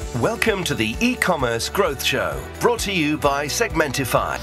Welcome to the E-Commerce Growth Show, brought to you by Segmentify.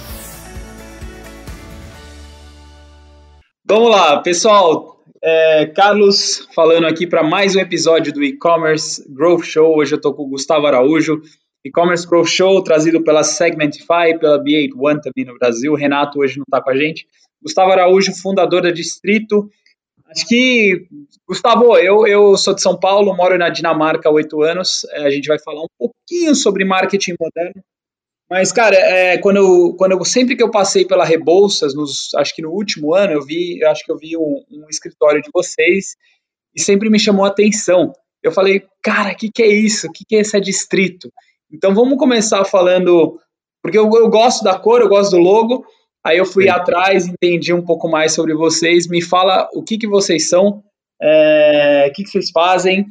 Vamos lá, pessoal. Carlos falando aqui para mais um episódio do E-Commerce Growth Show. Hoje eu estou com o Gustavo Araújo. E-Commerce Growth Show trazido pela Segmentify, pela B81 também no Brasil. O Renato hoje não está com a gente. Gustavo Araújo, fundador da Distrito. Acho que, Gustavo, eu sou de São Paulo, moro na Dinamarca há 8 anos. A gente vai falar um pouquinho sobre marketing moderno. Mas, cara, sempre que eu passei pela Rebouças, acho que no último ano, eu vi um escritório de vocês e sempre me chamou a atenção. Eu falei, cara, o que é isso? O que é esse Distrito? Então, vamos começar falando, porque eu gosto da cor, eu gosto do logo, aí eu fui atrás, entendi um pouco mais sobre vocês. Me fala o que vocês são, o que vocês fazem,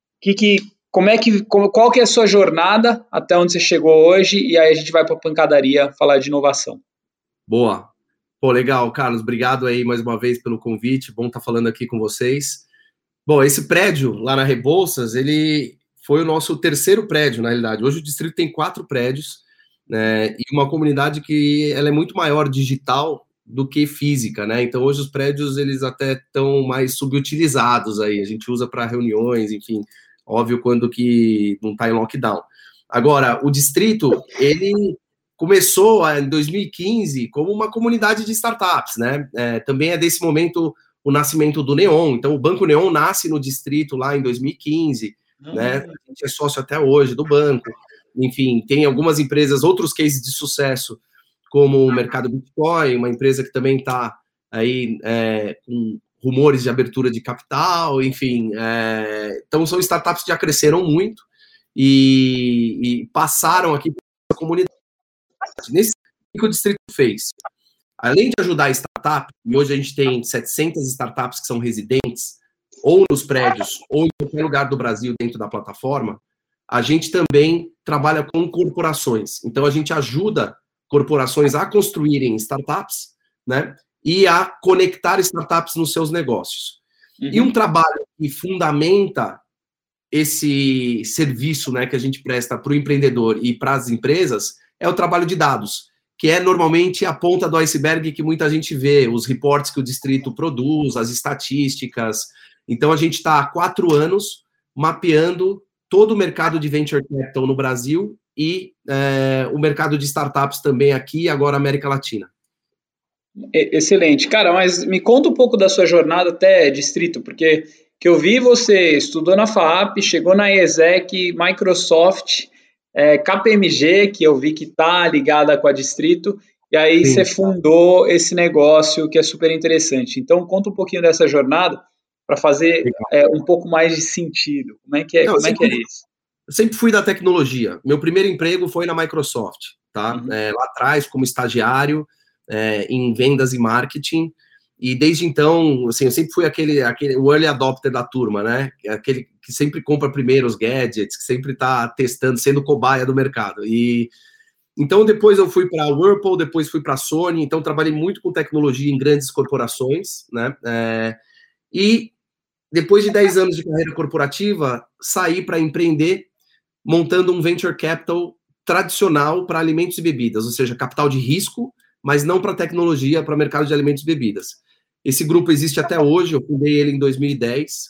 qual que é a sua jornada até onde você chegou hoje, e aí a gente vai para a pancadaria falar de inovação. Boa. Pô, legal, Carlos, obrigado aí mais uma vez pelo convite, bom estar falando aqui com vocês. Bom, esse prédio lá na Rebouças, ele foi o nosso terceiro prédio, na realidade. Hoje o distrito tem 4 prédios, né, e uma comunidade que ela é muito maior digital do que física, né? Então hoje os prédios, eles até estão mais subutilizados aí, a gente usa para reuniões, enfim, óbvio quando que não está em lockdown. Agora, o distrito, ele começou em 2015 como uma comunidade de startups, né? Também é desse momento o nascimento do Neon. Então, o Banco Neon nasce no distrito lá em 2015, né? A gente é sócio até hoje do banco. Enfim, tem algumas empresas, outros cases de sucesso, como o Mercado Bitcoin, uma empresa que também está aí com rumores de abertura de capital, enfim. Então, são startups que já cresceram muito e passaram aqui pela comunidade. Nesse que o distrito fez, além de ajudar a startup, e hoje a gente tem 700 startups que são residentes, ou nos prédios, ou em qualquer lugar do Brasil dentro da plataforma, a gente também trabalha com corporações. Então, a gente ajuda corporações a construírem startups, né, e a conectar startups nos seus negócios. Uhum. E um trabalho que fundamenta esse serviço, né, que a gente presta para o empreendedor e para as empresas é o trabalho de dados, que é normalmente a ponta do iceberg que muita gente vê, os reportes que o distrito produz, as estatísticas. Então, a gente está há 4 anos mapeando todo o mercado de venture capital no Brasil e o mercado de startups também aqui, agora América Latina. Excelente. Cara, mas me conta um pouco da sua jornada até distrito, porque que eu vi você estudou na FAAP, chegou na ESEC, Microsoft, KPMG, que eu vi que está ligada com a distrito, e aí Sim. Você fundou esse negócio que é super interessante. Então, conta um pouquinho dessa jornada para fazer um pouco mais de sentido. Como é que é isso? Eu sempre fui da tecnologia. Meu primeiro emprego foi na Microsoft, tá? Uhum. Lá atrás, como estagiário, em vendas e marketing, e desde então, assim, eu sempre fui aquele o early adopter da turma, né? Aquele que sempre compra primeiro os gadgets, que sempre está testando, sendo cobaia do mercado. E então depois eu fui para a Whirlpool, depois fui para a Sony, então trabalhei muito com tecnologia em grandes corporações, né? E depois de 10 anos de carreira corporativa, saí para empreender, montando um venture capital tradicional para alimentos e bebidas, ou seja, capital de risco, mas não para tecnologia, para mercado de alimentos e bebidas. Esse grupo existe até hoje, eu fundei ele em 2010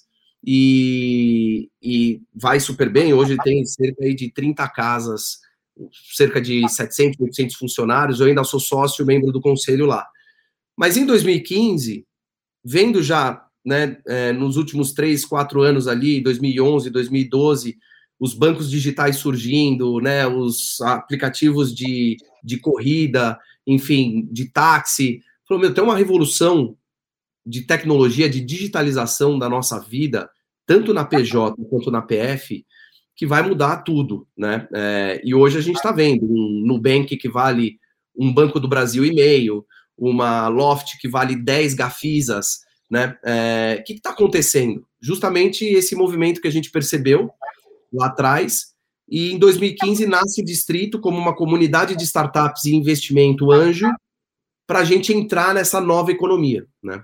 e vai super bem. Hoje tem cerca de 30 casas, cerca de 700, 800 funcionários, eu ainda sou sócio e membro do conselho lá. Mas em 2015, vendo já, né, nos últimos 3, 4 anos ali, 2011, 2012, os bancos digitais surgindo, né, os aplicativos de corrida, enfim, de táxi, falou, tem uma revolução de tecnologia, de digitalização da nossa vida, tanto na PJ quanto na PF, que vai mudar tudo, né? E hoje a gente está vendo um Nubank que vale um Banco do Brasil e meio, uma Loft que vale 10 Gafisas, né? O que está acontecendo? Justamente esse movimento que a gente percebeu lá atrás, e em 2015 nasce o Distrito como uma comunidade de startups e investimento anjo para a gente entrar nessa nova economia, né?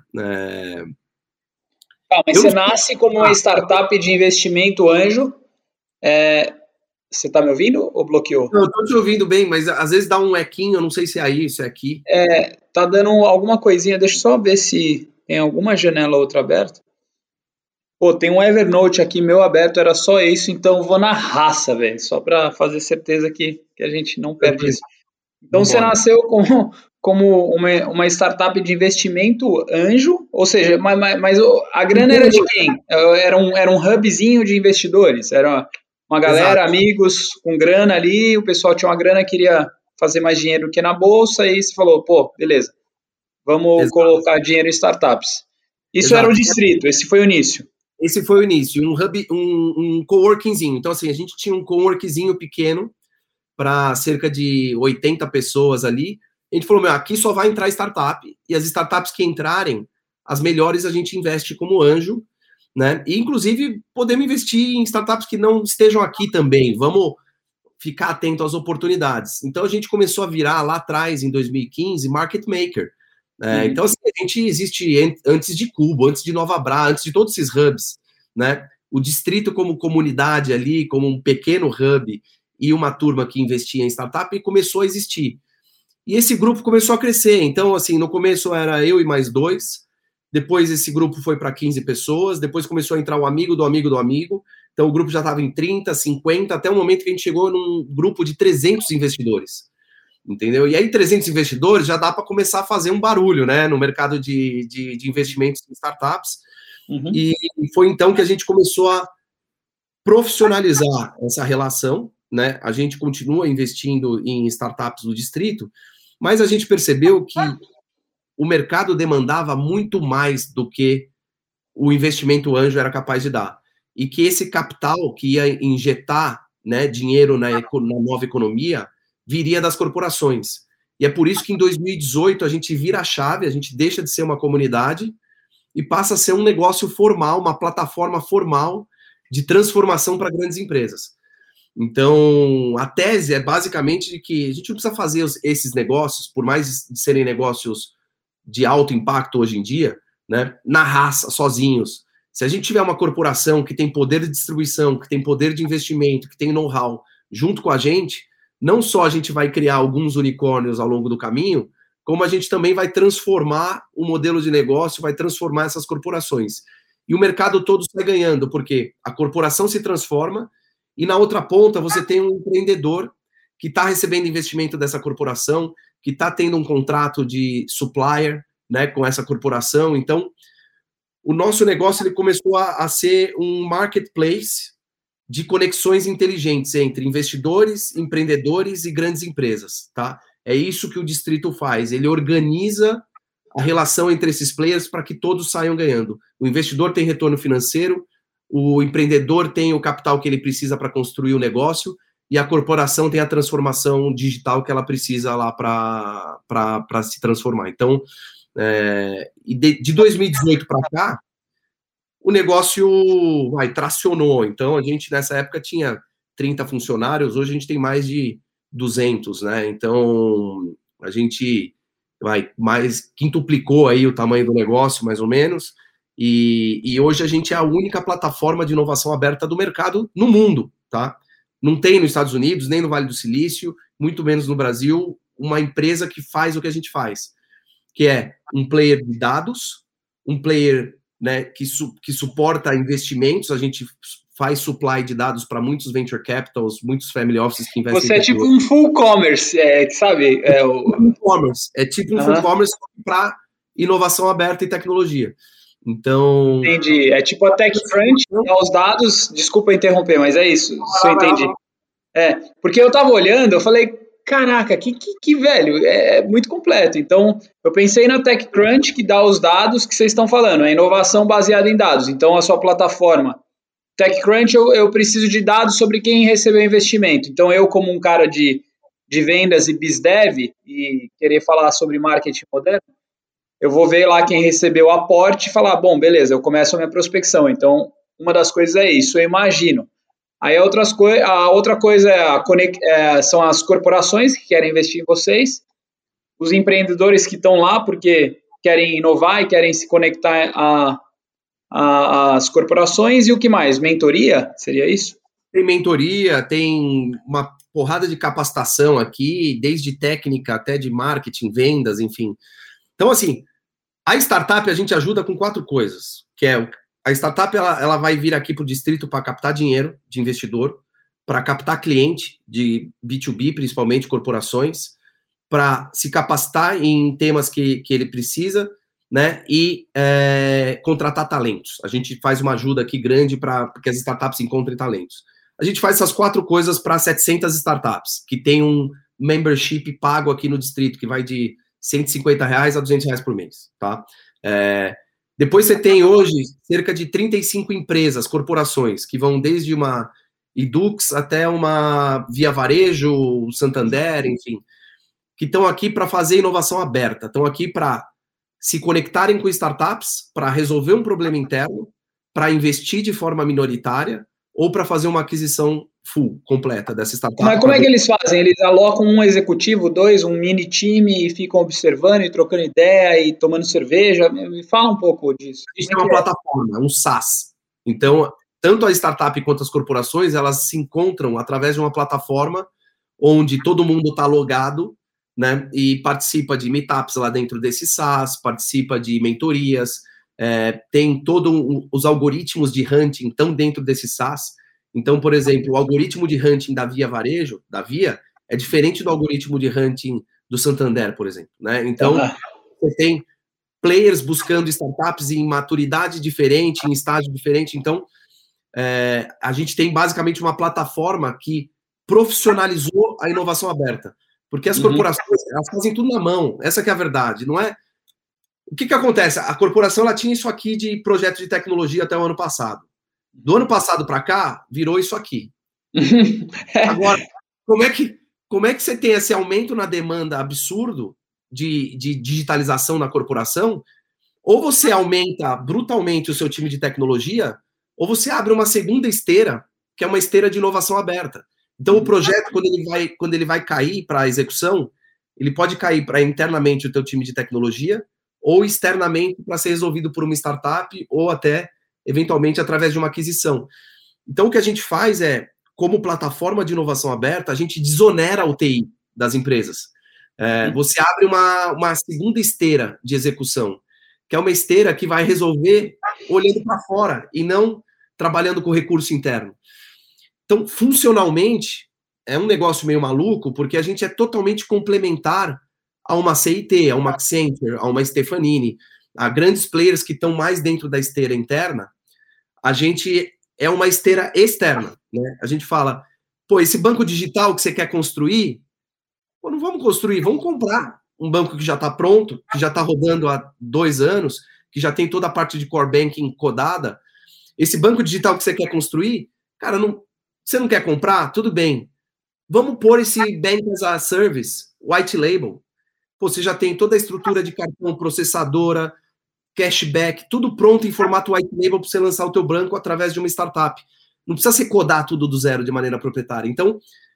Mas você nasce como uma startup de investimento anjo, Você está me ouvindo ou bloqueou? Não, eu estou te ouvindo bem, mas às vezes dá um equinho, eu não sei se é aí, se é aqui. Tá dando alguma coisinha, deixa eu só ver se tem alguma janela outra aberta. Pô, tem um Evernote aqui, meu aberto, era só isso, então vou na raça, velho, só para fazer certeza que a gente não perde isso. Então você nasceu como uma startup de investimento anjo, ou seja, mas a grana era de quem? Era um hubzinho de investidores, era uma galera, amigos com grana ali, o pessoal tinha uma grana, queria fazer mais dinheiro do que na bolsa, e você falou, pô, beleza, vamos colocar dinheiro em startups. Isso era o distrito, esse foi o início. Esse foi o início, um hub, um coworkingzinho. Então, assim, a gente tinha um coworkingzinho pequeno para cerca de 80 pessoas ali. A gente falou, aqui só vai entrar startup, e as startups que entrarem, as melhores a gente investe como anjo, né? E, inclusive, podemos investir em startups que não estejam aqui também. Vamos ficar atento às oportunidades. Então, a gente começou a virar lá atrás, em 2015, market maker. Então, assim, a gente existe antes de Cubo, antes de Nova Bra, antes de todos esses hubs, né? O distrito como comunidade ali, como um pequeno hub e uma turma que investia em startup começou a existir. E esse grupo começou a crescer. Então, assim, no começo era eu e mais 2, depois esse grupo foi para 15 pessoas, depois começou a entrar um amigo do amigo do amigo, então o grupo já estava em 30, 50, até o momento que a gente chegou num grupo de 300 investidores. Entendeu? E aí 300 investidores já dá para começar a fazer um barulho, né, no mercado de investimentos em startups. E foi então que a gente começou a profissionalizar essa relação, né? A gente continua investindo em startups do distrito, mas a gente percebeu que o mercado demandava muito mais do que o investimento anjo era capaz de dar. E que esse capital que ia injetar, né, dinheiro na nova economia viria das corporações. E é por isso que em 2018 a gente vira a chave, a gente deixa de ser uma comunidade e passa a ser um negócio formal, uma plataforma formal de transformação para grandes empresas. Então, a tese é basicamente de que a gente não precisa fazer esses negócios, por mais de serem negócios de alto impacto hoje em dia, né, na raça, sozinhos. Se a gente tiver uma corporação que tem poder de distribuição, que tem poder de investimento, que tem know-how junto com a gente, não só a gente vai criar alguns unicórnios ao longo do caminho, como a gente também vai transformar o modelo de negócio, vai transformar essas corporações. E o mercado todo sai ganhando, porque a corporação se transforma e na outra ponta você tem um empreendedor que está recebendo investimento dessa corporação, que está tendo um contrato de supplier, né, com essa corporação. Então, o nosso negócio ele começou a ser um marketplace de conexões inteligentes entre investidores, empreendedores e grandes empresas, tá? É isso que o distrito faz, ele organiza a relação entre esses players para que todos saiam ganhando. O investidor tem retorno financeiro, o empreendedor tem o capital que ele precisa para construir o negócio e a corporação tem a transformação digital que ela precisa lá para se transformar. Então, de 2018 para cá, o negócio tracionou. Então, a gente, nessa época, tinha 30 funcionários, hoje a gente tem mais de 200, né? Então, a gente mais quintuplicou aí o tamanho do negócio, mais ou menos, e hoje a gente é a única plataforma de inovação aberta do mercado no mundo, tá? Não tem nos Estados Unidos, nem no Vale do Silício, muito menos no Brasil, uma empresa que faz o que a gente faz, que é um player de dados, um player, né, que suporta investimentos, a gente faz supply de dados para muitos venture capitals, muitos family offices que investem. Você é tipo um full commerce, sabe? É tipo um full commerce para inovação aberta e tecnologia. Então... Entendi. É tipo a TechCrunch, dá os dados... Desculpa interromper, mas é isso. Se eu entendi. Porque eu tava olhando, eu falei, caraca, que velho, é muito completo. Então, eu pensei na TechCrunch, que dá os dados que vocês estão falando, é inovação baseada em dados. Então, a sua plataforma TechCrunch, eu preciso de dados sobre quem recebeu investimento. Então, eu, como um cara de vendas e BizDev, e querer falar sobre marketing moderno, eu vou ver lá quem recebeu o aporte e falar, bom, beleza, eu começo a minha prospecção. Então, uma das coisas é isso, eu imagino. Aí a outra coisa são as corporações que querem investir em vocês, os empreendedores que estão lá porque querem inovar e querem se conectar às corporações, e o que mais? Mentoria? Seria isso? Tem mentoria, tem uma porrada de capacitação aqui, desde técnica até de marketing, vendas, enfim. Então, assim, a startup a gente ajuda com 4 coisas, que é a startup ela vai vir aqui para o distrito para captar dinheiro de investidor, para captar cliente de B2B, principalmente corporações, para se capacitar em temas que ele precisa, né? E contratar talentos. A gente faz uma ajuda aqui grande para que as startups encontrem talentos. A gente faz essas 4 coisas para 700 startups, que tem um membership pago aqui no distrito, que vai de R$150 a R$200 por mês, tá? Depois você tem hoje cerca de 35 empresas, corporações, que vão desde uma Edux até uma Via Varejo, Santander, enfim, que estão aqui para fazer inovação aberta, estão aqui para se conectarem com startups, para resolver um problema interno, para investir de forma minoritária ou para fazer uma aquisição full, completa dessa startup. Mas como é que eles fazem? Eles alocam um executivo, 2, um mini time e ficam observando e trocando ideia e tomando cerveja? Me fala um pouco disso. A gente tem uma plataforma, um SaaS. Então, tanto a startup quanto as corporações, elas se encontram através de uma plataforma onde todo mundo está logado, né, e participa de meetups lá dentro desse SaaS, participa de mentorias, tem todos os algoritmos de hunting estão dentro desse SaaS. Então, por exemplo, o algoritmo de hunting da Via Varejo, da Via, é diferente do algoritmo de hunting do Santander, por exemplo, né? Então, você tem players buscando startups em maturidade diferente, em estágio diferente. Então, a gente tem basicamente uma plataforma que profissionalizou a inovação aberta. Porque as corporações, elas fazem tudo na mão. Essa que é a verdade, não é? O que acontece? A corporação ela tinha isso aqui de projeto de tecnologia até o ano passado. Do ano passado para cá, virou isso aqui. Agora, como é que você tem esse aumento na demanda absurdo de digitalização na corporação? Ou você aumenta brutalmente o seu time de tecnologia, ou você abre uma segunda esteira, que é uma esteira de inovação aberta. Então, o projeto, quando ele vai cair para a execução, ele pode cair para internamente o teu time de tecnologia, ou externamente para ser resolvido por uma startup, ou até, eventualmente, através de uma aquisição. Então, o que a gente faz é, como plataforma de inovação aberta, a gente desonera o TI das empresas. Você abre uma segunda esteira de execução, que é uma esteira que vai resolver olhando para fora e não trabalhando com recurso interno. Então, funcionalmente, é um negócio meio maluco, porque a gente é totalmente complementar a uma CIT, a uma Accenture, a uma Stefanini, a grandes players que estão mais dentro da esteira interna. A gente é uma esteira externa, né? A gente fala, pô, esse banco digital que você quer construir, pô, não vamos construir, vamos comprar um banco que já está pronto, que já está rodando há 2 anos, que já tem toda a parte de core banking codada. Esse banco digital que você quer construir, cara, você não quer comprar? Tudo bem. Vamos pôr esse Bank as a Service, white label. Pô, você já tem toda a estrutura de cartão, processadora, cashback, tudo pronto em formato white label para você lançar o teu banco através de uma startup. Não precisa você codar tudo do zero de maneira proprietária. Então,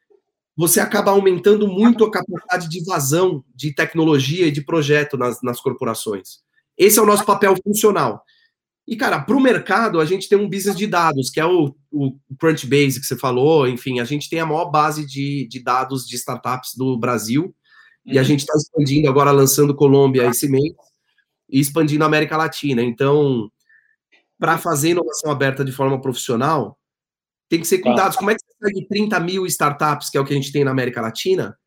você acaba aumentando muito a capacidade de vazão de tecnologia e de projeto nas corporações. Esse é o nosso papel funcional. E, cara, para o mercado, a gente tem um business de dados, que é o Crunchbase que você falou. Enfim, a gente tem a maior base de dados de startups do Brasil. E a gente está expandindo agora, lançando Colômbia esse mês, e expandindo a América Latina. Então, para fazer inovação aberta de forma profissional, tem que ser com dados. Como é que você sai de 30 mil startups, que é o que a gente tem na América Latina,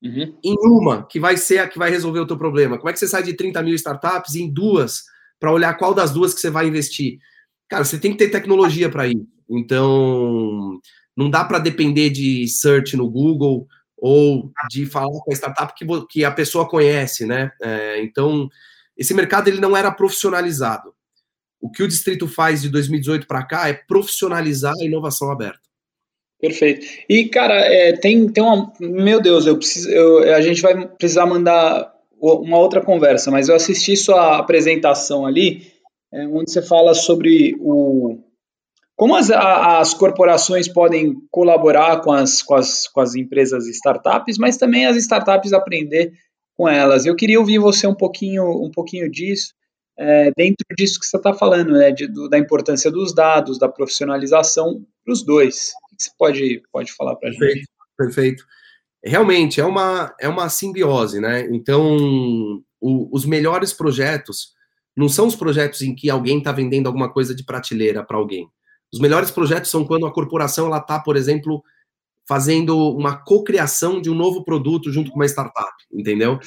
em uma, que vai ser a que vai resolver o teu problema? Como é que você sai de 30 mil startups em 2, para olhar qual das 2 que você vai investir? Cara, você tem que ter tecnologia para ir. Então, não dá para depender de search no Google ou de falar com a startup que a pessoa conhece, né? Então, esse mercado ele não era profissionalizado. O que o Distrito faz de 2018 para cá é profissionalizar a inovação aberta. Perfeito. E, cara, tem uma... Meu Deus, a gente vai precisar mandar uma outra conversa, mas eu assisti sua apresentação ali, onde você fala sobre como as corporações podem colaborar com as empresas startups, mas também as startups aprender com elas. Eu queria ouvir você um pouquinho disso, dentro disso que você está falando, né, da importância dos dados, da profissionalização para os dois. você pode falar para a gente? Perfeito. Realmente, é uma simbiose, né? Então, os melhores projetos não são os projetos em que alguém está vendendo alguma coisa de prateleira para alguém. Os melhores projetos são quando a corporação está, por exemplo, fazendo uma cocriação de um novo produto junto com uma startup, entendeu?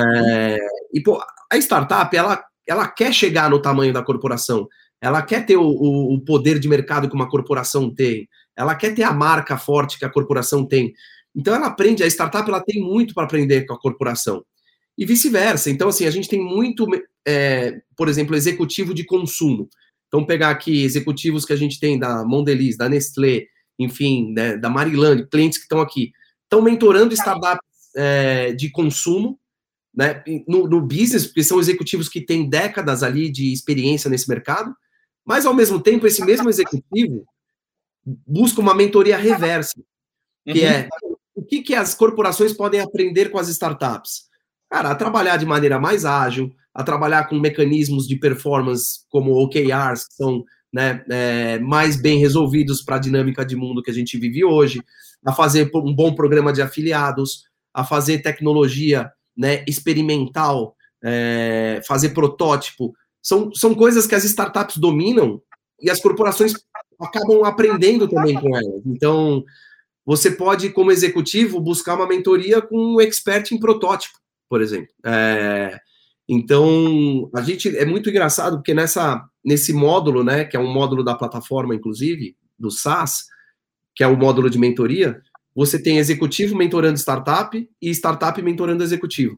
A startup, ela quer chegar no tamanho da corporação, ela quer ter o poder de mercado que uma corporação tem, ela quer ter a marca forte que a corporação tem. Então, a startup ela tem muito para aprender com a corporação. E vice-versa. Então, assim, a gente tem muito, por exemplo, executivo de consumo. Então, pegar aqui executivos que a gente tem da Mondelez, da Nestlé, enfim, né, da Maryland, clientes que estão aqui, estão mentorando startups de consumo, né, no business, porque são executivos que têm décadas ali de experiência nesse mercado, mas, ao mesmo tempo, esse mesmo executivo busca uma mentoria reversa, que é o que as corporações podem aprender com as startups? Cara, a trabalhar de maneira mais ágil, a trabalhar com mecanismos de performance como OKRs, que são, né, mais bem resolvidos para a dinâmica de mundo que a gente vive hoje, a fazer um bom programa de afiliados, a fazer tecnologia, né, experimental, fazer protótipo. São coisas que as startups dominam e as corporações acabam aprendendo também com elas. Então, você pode, como executivo, buscar uma mentoria com um expert em protótipo, por exemplo. Então, a gente é muito engraçado, porque nesse módulo, né, que é um módulo da plataforma, inclusive, do SaaS, que é o módulo de mentoria, você tem executivo mentorando startup e startup mentorando executivo.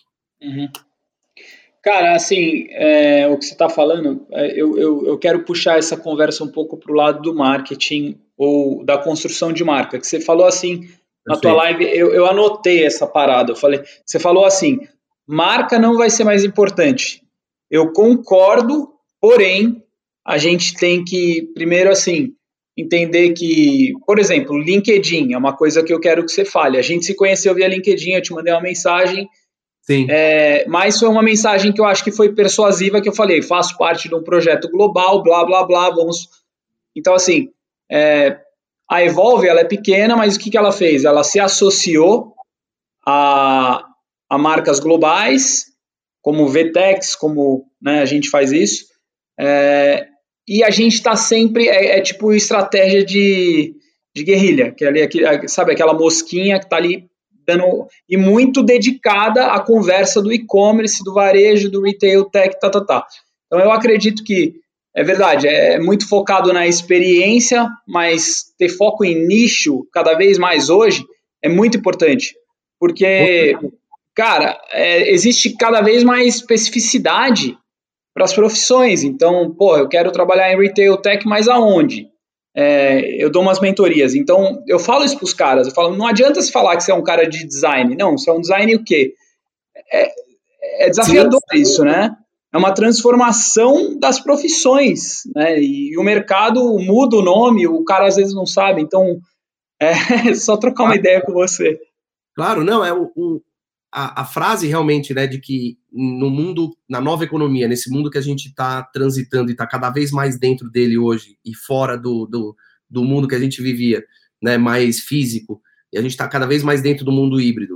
Cara, assim, o que você está falando, eu quero puxar essa conversa um pouco para o lado do marketing ou da construção de marca, que você falou assim, na tua live, eu anotei essa parada, você falou assim, marca não vai ser mais importante. Eu concordo, porém, a gente tem que, primeiro, assim, entender que, por exemplo, LinkedIn é uma coisa que eu quero que você fale. A gente se conheceu via LinkedIn, eu te mandei uma mensagem. Sim. Mas foi uma mensagem que eu acho que foi persuasiva, que eu falei, faço parte de um projeto global, blá, blá, blá, vamos... Então, assim, a Evolve, ela é pequena, mas o que ela fez? Ela se associou a marcas globais, como VTEX, como, né, a gente faz isso, e a gente está sempre, tipo estratégia de guerrilha, que ali, sabe, aquela mosquinha que está ali dando, e muito dedicada à conversa do e-commerce, do varejo, do retail tech, Então, eu acredito que, é verdade, é muito focado na experiência, mas ter foco em nicho cada vez mais hoje é muito importante, porque, cara, existe cada vez mais especificidade para as profissões. Então, eu quero trabalhar em retail tech, mas aonde? Eu dou umas mentorias. Então, eu falo isso para os caras. Eu falo, não adianta você falar que você é um cara de design. Não, você é um design o quê? É desafiador isso, né? É uma transformação das profissões, né? E o mercado muda o nome, o cara às vezes não sabe. Então, só trocar uma ideia com você. Claro, não, a frase realmente, né, de que no mundo, na nova economia, nesse mundo que a gente está transitando e está cada vez mais dentro dele hoje e fora do mundo que a gente vivia, né, mais físico, e a gente está cada vez mais dentro do mundo híbrido.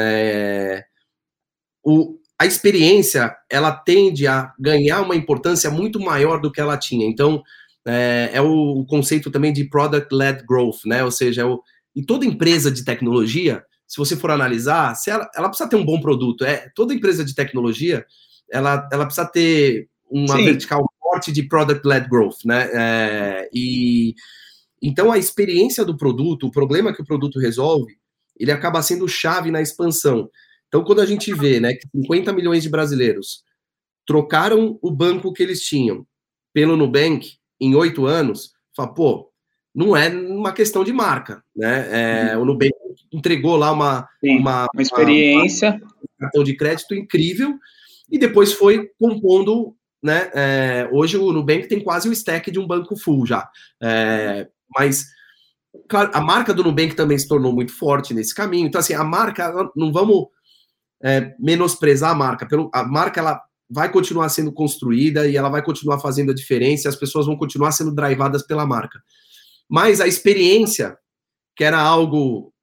A experiência, ela tende a ganhar uma importância muito maior do que ela tinha. Então, é o conceito também de product-led growth, né, ou seja, e toda empresa de tecnologia, se você for analisar, ela precisa ter um bom produto. Toda empresa de tecnologia, ela precisa ter uma vertical forte de product-led growth, né? Então, a experiência do produto, o problema que o produto resolve, ele acaba sendo chave na expansão. Então, quando a gente vê, né, que 50 milhões de brasileiros trocaram o banco que eles tinham pelo Nubank em 8 anos, fala, não é uma questão de marca, né? O Nubank entregou lá uma experiência, um cartão de crédito incrível e depois foi compondo, né? Hoje o Nubank tem quase o stack de um banco full já. Mas, claro, a marca do Nubank também se tornou muito forte nesse caminho. Então, assim, a marca, não vamos menosprezar a marca. A marca, ela vai continuar sendo construída e ela vai continuar fazendo a diferença e as pessoas vão continuar sendo drivadas pela marca. Mas a experiência, que era algo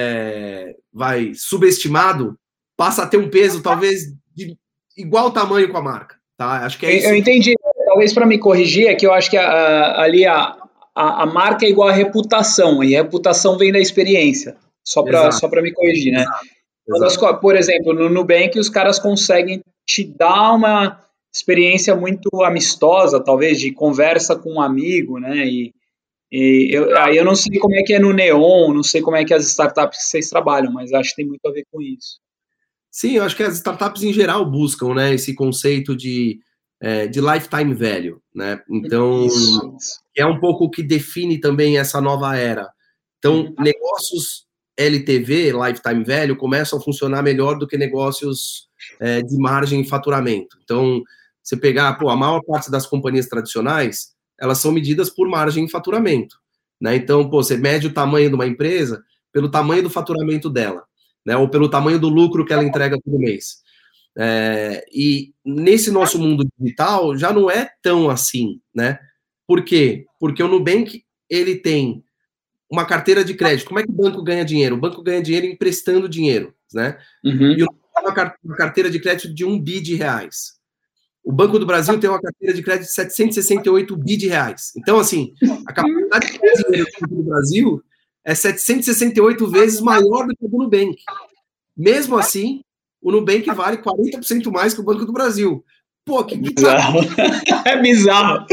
subestimado, passa a ter um peso talvez de igual tamanho com a marca, tá? Acho que é isso. Eu entendi. Talvez para me corrigir, é que eu acho que ali a marca é igual à reputação, e a reputação vem da experiência. Só para me corrigir, né? Exato. Por exemplo, no Nubank, os caras conseguem te dar uma experiência muito amistosa, talvez, de conversa com um amigo, né? Aí eu não sei como é que é no Neon, não sei como é que é as startups que vocês trabalham, mas acho que tem muito a ver com isso. Sim, eu acho que as startups em geral buscam, né, esse conceito de lifetime value, né? Então, isso. É um pouco o que define também essa nova era. Então, negócios LTV, lifetime value, começam a funcionar melhor do que negócios de margem e faturamento. Então, você pegar, a maior parte das companhias tradicionais, elas são medidas por margem e faturamento, né? Então, você mede o tamanho de uma empresa pelo tamanho do faturamento dela, né? Ou pelo tamanho do lucro que ela entrega todo mês. E nesse nosso mundo digital já não é tão assim, né? Por quê? Porque o Nubank, ele tem uma carteira de crédito. Como é que o banco ganha dinheiro? O banco ganha dinheiro emprestando dinheiro, né? E o Nubank tem uma carteira de crédito de 1 bi de reais. O Banco do Brasil tem uma carteira de crédito de 768 bi de reais. Então, assim, a capacidade de dinheiro do Banco do Brasil é 768 vezes maior do que a do Nubank. Mesmo assim, o Nubank vale 40% mais que o Banco do Brasil. Pô, que bizarro. É bizarro.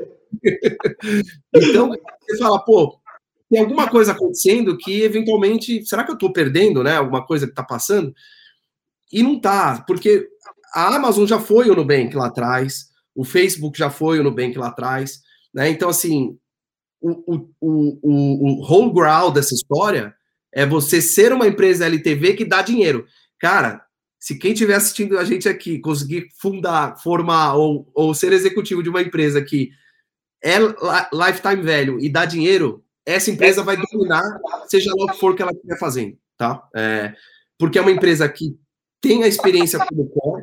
Então, você fala, tem alguma coisa acontecendo que, eventualmente, será que eu estou perdendo, né? Alguma coisa que está passando? E não está, porque a Amazon já foi o Nubank lá atrás, o Facebook já foi o Nubank lá atrás, né? Então, assim, o whole ground dessa história é você ser uma empresa LTV que dá dinheiro. Cara, se quem estiver assistindo a gente aqui conseguir formar ou ser executivo de uma empresa que é lifetime value e dá dinheiro, essa empresa vai dominar, seja lá o que for que ela estiver fazendo, tá? Porque é uma empresa que tem a experiência como core,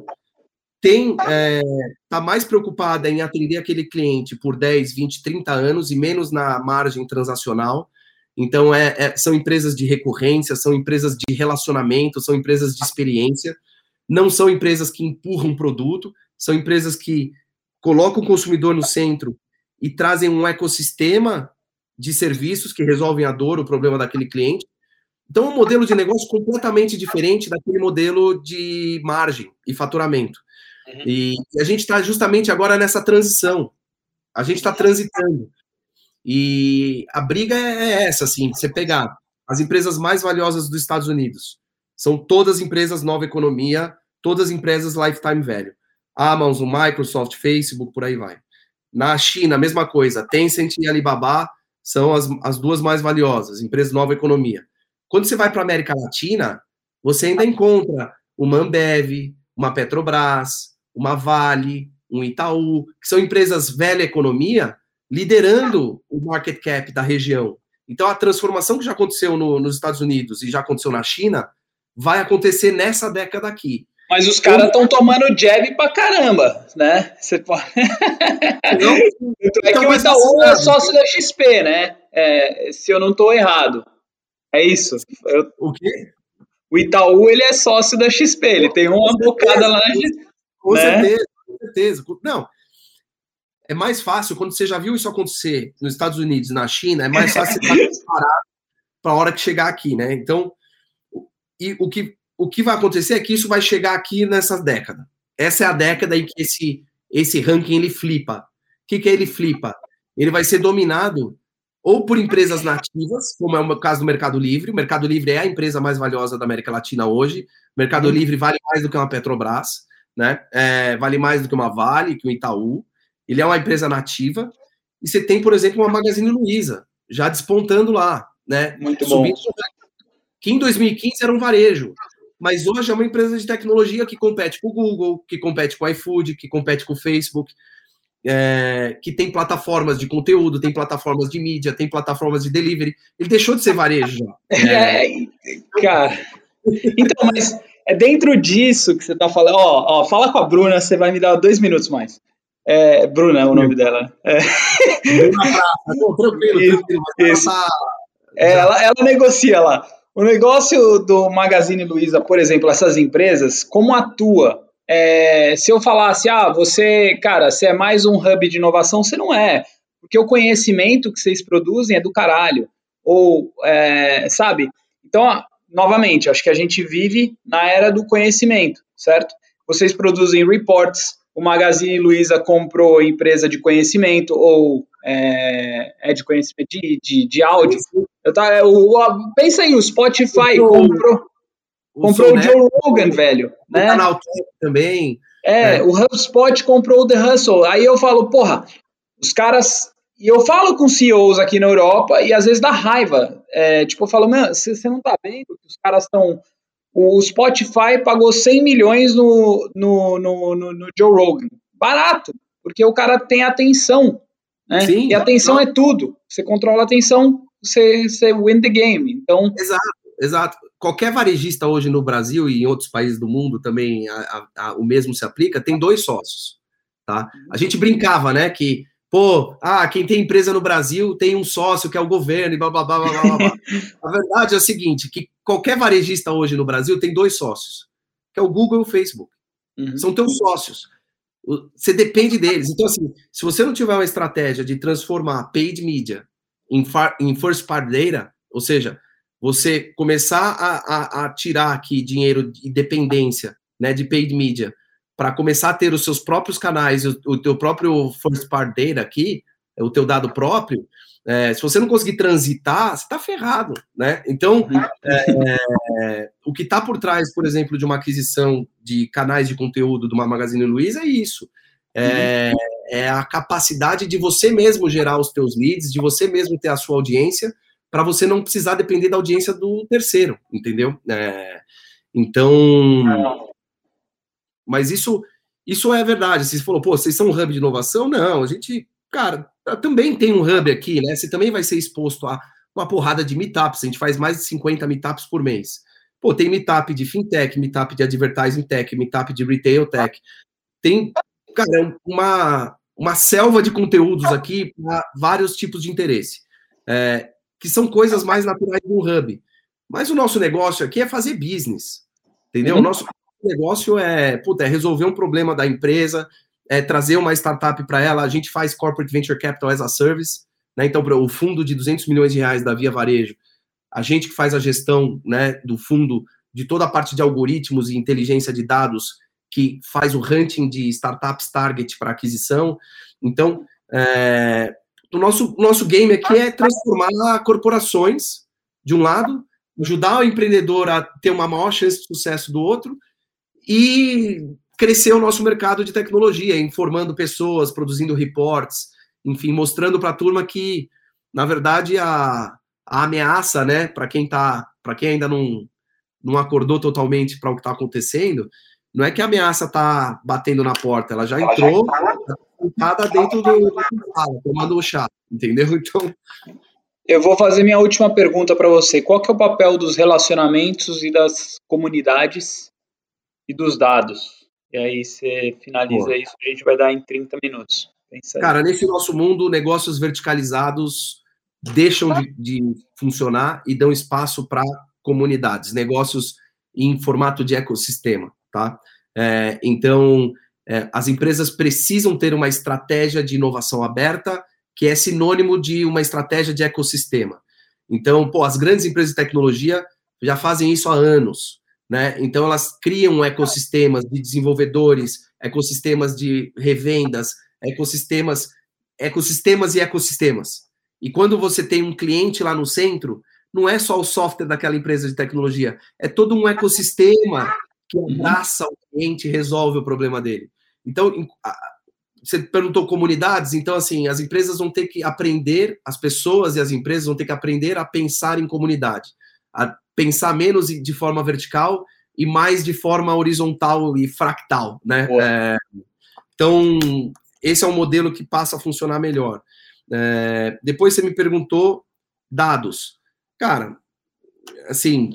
tá mais preocupada em atender aquele cliente por 10, 20, 30 anos e menos na margem transacional. Então, são empresas de recorrência, são empresas de relacionamento, são empresas de experiência, não são empresas que empurram produto, são empresas que colocam o consumidor no centro e trazem um ecossistema de serviços que resolvem a dor, o problema daquele cliente. Então, é um modelo de negócio completamente diferente daquele modelo de margem e faturamento. E a gente está justamente agora nessa transição. A gente está transitando. E a briga é essa, assim, você pegar as empresas mais valiosas dos Estados Unidos, são todas empresas nova economia, todas empresas lifetime value. Amazon, Microsoft, Facebook, por aí vai. Na China, a mesma coisa. Tencent e Alibaba são as duas mais valiosas, empresas nova economia. Quando você vai para a América Latina, você ainda encontra uma Ambev, uma Petrobras, uma Vale, um Itaú, que são empresas velha economia, liderando o market cap da região. Então, a transformação que já aconteceu nos Estados Unidos e já aconteceu na China, vai acontecer nessa década aqui. Mas os caras estão tomando jab pra caramba, né? Você pode... É que o Itaú é sócio da XP, né? Se eu não estou errado. É isso. O quê? O Itaú, ele é sócio da XP. Ele tem uma bocada lá na XP. Com certeza, com certeza. Não, é mais fácil, quando você já viu isso acontecer nos Estados Unidos e na China, é mais fácil você estar preparado para a hora que chegar aqui, né? Então, e o que vai acontecer é que isso vai chegar aqui nessa década. Essa é a década em que esse ranking ele flipa. O que é ele flipa? Ele vai ser dominado ou por empresas nativas, como é o caso do Mercado Livre. O Mercado Livre é a empresa mais valiosa da América Latina hoje. O Mercado Livre vale mais do que uma Petrobras, né? Vale mais do que uma Vale, que um Itaú. Ele é uma empresa nativa. E você tem, por exemplo, uma Magazine Luiza, já despontando lá, né? Muito bom. Que em 2015 era um varejo. Mas hoje é uma empresa de tecnologia que compete com o Google, que compete com o iFood, que compete com o Facebook, que tem plataformas de conteúdo, tem plataformas de mídia, tem plataformas de delivery. Ele deixou de ser varejo já. Cara, então, mas é dentro disso que você está falando. Fala com a Bruna, você vai me dar 2 minutos mais. Bruna é o nome dela. Bruna Prata. Tranquilo. Isso. Ela negocia lá. O negócio do Magazine Luiza, por exemplo, essas empresas, como atua? Se eu falasse, você é mais um hub de inovação, você não é. Porque o conhecimento que vocês produzem é do caralho. Ou, sabe? Então, novamente, acho que a gente vive na era do conhecimento, certo? Vocês produzem reports, o Magazine Luiza comprou empresa de conhecimento, ou de conhecimento de áudio. Pensa aí, o Spotify comprou o Joe Rogan, velho. O canal também. O HubSpot comprou o The Hustle. Aí eu falo, porra, os caras... E eu falo com CEOs aqui na Europa e às vezes dá raiva. Eu falo, você não tá vendo que os caras estão... O Spotify pagou 100 milhões no Joe Rogan. Barato, porque o cara tem atenção. Né? Sim, e atenção é tudo. Você controla a atenção, você win the game. Então... Exato. Qualquer varejista hoje no Brasil e em outros países do mundo também o mesmo se aplica, tem 2 sócios. Tá? A gente brincava, né, que quem tem empresa no Brasil tem um sócio que é o governo e blá, blá, blá, blá, blá, blá. A verdade é o seguinte, que qualquer varejista hoje no Brasil tem 2 sócios, que é o Google e o Facebook. São teus sócios. Você depende deles. Então, assim, se você não tiver uma estratégia de transformar paid media em first party data, ou seja, você começar a tirar aqui dinheiro e dependência, né, de paid media, para começar a ter os seus próprios canais, o teu próprio first party data aqui, o teu dado próprio, se você não conseguir transitar, você está ferrado, né? Então, o que está por trás, por exemplo, de uma aquisição de canais de conteúdo de uma Magazine Luiza é isso. É a capacidade de você mesmo gerar os teus leads, de você mesmo ter a sua audiência, para você não precisar depender da audiência do terceiro, entendeu? Então... Mas isso é verdade. Você falou, vocês são um hub de inovação? Não, a gente, cara, também tem um hub aqui, né? Você também vai ser exposto a uma porrada de meetups. A gente faz mais de 50 meetups por mês. Tem meetup de fintech, meetup de advertising tech, meetup de retail tech. Tem, cara, uma selva de conteúdos aqui para vários tipos de interesse. Que são coisas mais naturais do hub. Mas o nosso negócio aqui é fazer business, entendeu? O nosso negócio é resolver um problema da empresa, trazer uma startup para ela. A gente faz Corporate Venture Capital as a Service, né? Então, o fundo de 200 milhões de reais da Via Varejo, a gente que faz a gestão, né, do fundo, de toda a parte de algoritmos e inteligência de dados, que faz o hunting de startups target para aquisição. Então, o nosso game aqui é transformar corporações, de um lado, ajudar o empreendedor a ter uma maior chance de sucesso do outro, e crescer o nosso mercado de tecnologia, informando pessoas, produzindo reports, enfim, mostrando para a turma que, na verdade, a ameaça, né, para quem ainda não acordou totalmente para o que está acontecendo, não é que a ameaça está batendo na porta, ela já entrou, está dentro do sala, tomando o chá, entendeu? Então... Eu vou fazer minha última pergunta para você. Qual que é o papel dos relacionamentos e das comunidades e dos dados? E aí você finaliza isso, a gente vai dar em 30 minutos. Cara, nesse nosso mundo, negócios verticalizados deixam de funcionar e dão espaço para comunidades, negócios em formato de ecossistema, tá? Então, as empresas precisam ter uma estratégia de inovação aberta, que é sinônimo de uma estratégia de ecossistema. Então, as grandes empresas de tecnologia já fazem isso há anos, né? Então, elas criam ecossistemas de desenvolvedores, ecossistemas de revendas, ecossistemas e ecossistemas. E quando você tem um cliente lá no centro, não é só o software daquela empresa de tecnologia, é todo um ecossistema que abraça o cliente e resolve o problema dele. Então, você perguntou comunidades, então, assim, as empresas vão ter que aprender, as pessoas e as empresas vão ter que aprender a pensar em comunidade, a pensar menos de forma vertical e mais de forma horizontal e fractal, né? Então, esse é um modelo que passa a funcionar melhor. Depois você me perguntou dados. Cara, assim,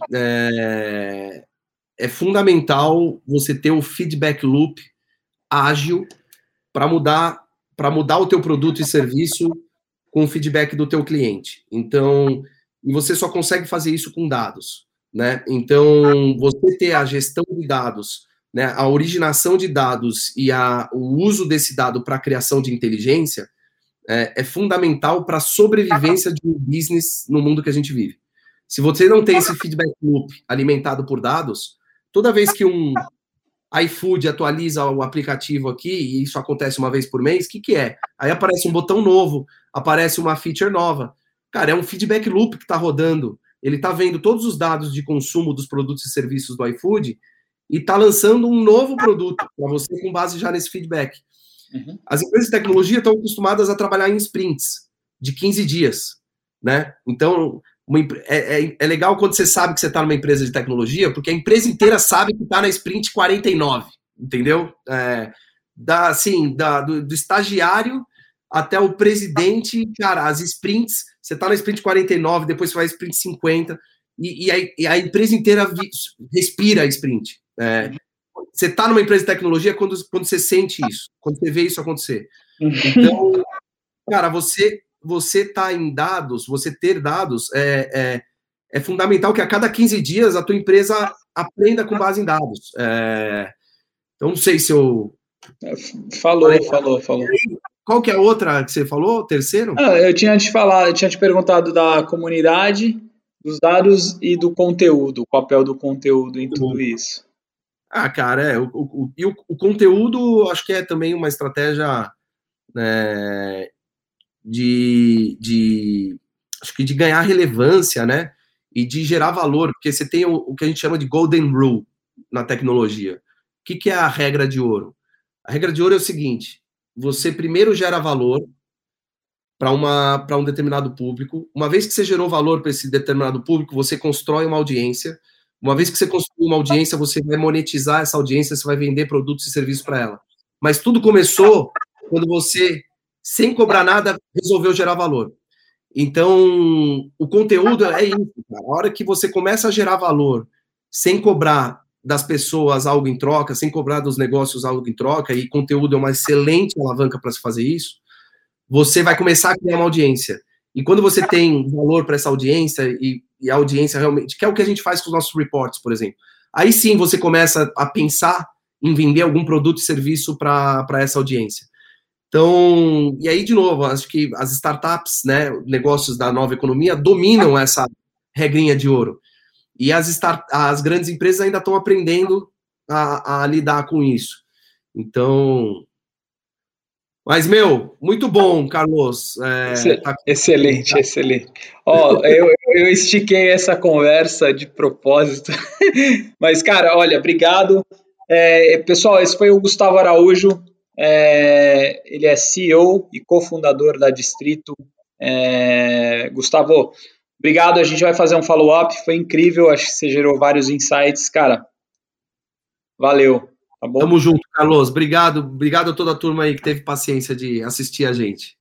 é fundamental você ter o feedback loop ágil para mudar o teu produto e serviço com o feedback do teu cliente. Então, e você só consegue fazer isso com dados, né? Então, você ter a gestão de dados, né, a originação de dados e o uso desse dado para a criação de inteligência é fundamental para a sobrevivência de um business no mundo que a gente vive. Se você não tem esse feedback loop alimentado por dados, toda vez que um iFood atualiza o aplicativo aqui, e isso acontece uma vez por mês, o que é? Aí aparece um botão novo, aparece uma feature nova. Cara, é um feedback loop que está rodando. Ele está vendo todos os dados de consumo dos produtos e serviços do iFood e está lançando um novo produto para você com base já nesse feedback. Uhum. As empresas de tecnologia estão acostumadas a trabalhar em sprints de 15 dias, né? Então, é legal quando você sabe que você está numa empresa de tecnologia, porque a empresa inteira sabe que está na sprint 49, entendeu? Do estagiário até o presidente, cara, as sprints, você está na sprint 49, depois você vai à sprint 50, e a empresa inteira respira a sprint. Você está numa empresa de tecnologia quando você sente isso, quando você vê isso acontecer. Então, cara, você tá em dados, você ter dados é fundamental que a cada 15 dias a tua empresa aprenda com base em dados. Então, não sei se eu... Falou. Qual que é a outra que você falou? Terceiro? Eu tinha te perguntado da comunidade, dos dados e do conteúdo, o papel do conteúdo em tudo isso. Cara, o conteúdo acho que é também uma estratégia acho que de ganhar relevância, né? E de gerar valor, porque você tem o que a gente chama de Golden Rule na tecnologia. O que é a regra de ouro? A regra de ouro é o seguinte: você primeiro gera valor para um determinado público. Uma vez que você gerou valor para esse determinado público, você constrói uma audiência. Uma vez que você construiu uma audiência, você vai monetizar essa audiência, você vai vender produtos e serviços para ela. Mas tudo começou quando você, sem cobrar nada, resolveu gerar valor. Então, o conteúdo é isso, cara. A hora que você começa a gerar valor sem cobrar das pessoas algo em troca, sem cobrar dos negócios algo em troca, e conteúdo é uma excelente alavanca para se fazer isso, você vai começar a criar uma audiência. E quando você tem valor para essa audiência, e a audiência realmente, que é o que a gente faz com os nossos reports, por exemplo, aí sim você começa a pensar em vender algum produto e serviço para essa audiência. Então, e aí, de novo, acho que as startups, né, negócios da nova economia, dominam essa regrinha de ouro. E as grandes empresas ainda estão aprendendo a lidar com isso. Então... Mas, muito bom, Carlos. Excelente. Eu estiquei essa conversa de propósito. Mas, cara, olha, obrigado. Pessoal, esse foi o Gustavo Araújo. Ele é CEO e cofundador da Distrito. Gustavo, obrigado. A gente vai fazer um follow-up. Foi incrível. Acho que você gerou vários insights. Cara, valeu. Tá bom? Tamo junto, Carlos. Obrigado a toda a turma aí que teve paciência de assistir a gente.